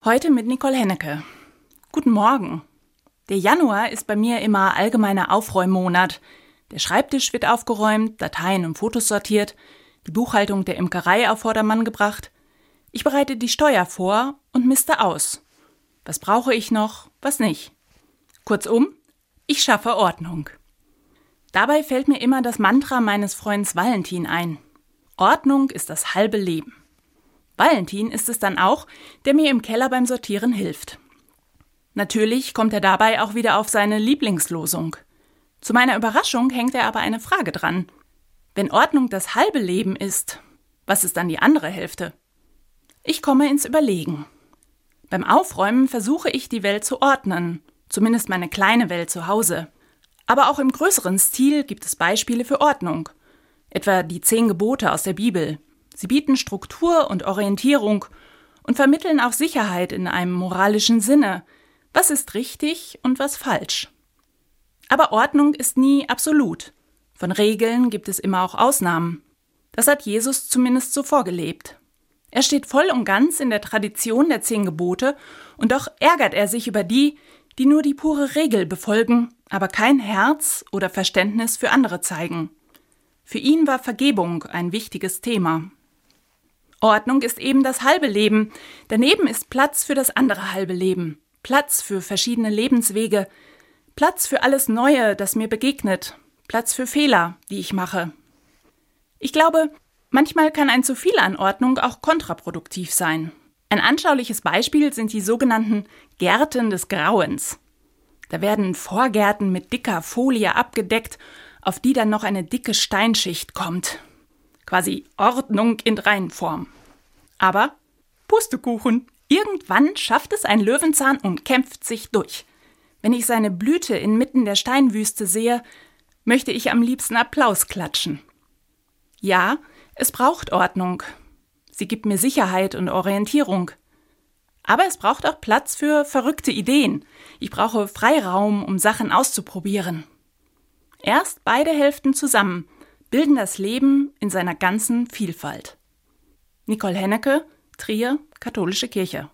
Heute mit Nicole Hennecke. Guten Morgen. Der Januar ist bei mir immer allgemeiner Aufräummonat. Der Schreibtisch wird aufgeräumt, Dateien und Fotos sortiert, die Buchhaltung der Imkerei auf Vordermann gebracht. Ich bereite die Steuer vor und miste aus. Was brauche ich noch, was nicht? Kurzum, ich schaffe Ordnung. Dabei fällt mir immer das Mantra meines Freundes Valentin ein. Ordnung ist das halbe Leben. Valentin ist es dann auch, der mir im Keller beim Sortieren hilft. Natürlich kommt er dabei auch wieder auf seine Lieblingslosung. Zu meiner Überraschung hängt er aber eine Frage dran. Wenn Ordnung das halbe Leben ist, was ist dann die andere Hälfte? Ich komme ins Überlegen. Beim Aufräumen versuche ich, die Welt zu ordnen, zumindest meine kleine Welt zu Hause. Aber auch im größeren Stil gibt es Beispiele für Ordnung, etwa die 10 Gebote aus der Bibel. Sie bieten Struktur und Orientierung und vermitteln auch Sicherheit in einem moralischen Sinne. Was ist richtig und was falsch? Aber Ordnung ist nie absolut. Von Regeln gibt es immer auch Ausnahmen. Das hat Jesus zumindest so vorgelebt. Er steht voll und ganz in der Tradition der 10 Gebote und doch ärgert er sich über die, die nur die pure Regel befolgen, aber kein Herz oder Verständnis für andere zeigen. Für ihn war Vergebung ein wichtiges Thema. Ordnung ist eben das halbe Leben. Daneben ist Platz für das andere halbe Leben. Platz für verschiedene Lebenswege. Platz für alles Neue, das mir begegnet. Platz für Fehler, die ich mache. Ich glaube, manchmal kann ein zu viel an Ordnung auch kontraproduktiv sein. Ein anschauliches Beispiel sind die sogenannten Gärten des Grauens. Da werden Vorgärten mit dicker Folie abgedeckt, auf die dann noch eine dicke Steinschicht kommt. Quasi Ordnung in Reihenform. Aber Pustekuchen, irgendwann schafft es ein Löwenzahn und kämpft sich durch. Wenn ich seine Blüte inmitten der Steinwüste sehe, möchte ich am liebsten Applaus klatschen. Ja, es braucht Ordnung. Sie gibt mir Sicherheit und Orientierung. Aber es braucht auch Platz für verrückte Ideen. Ich brauche Freiraum, um Sachen auszuprobieren. Erst beide Hälften zusammen bilden das Leben in seiner ganzen Vielfalt. Nicole Hennecke, Trier, Katholische Kirche.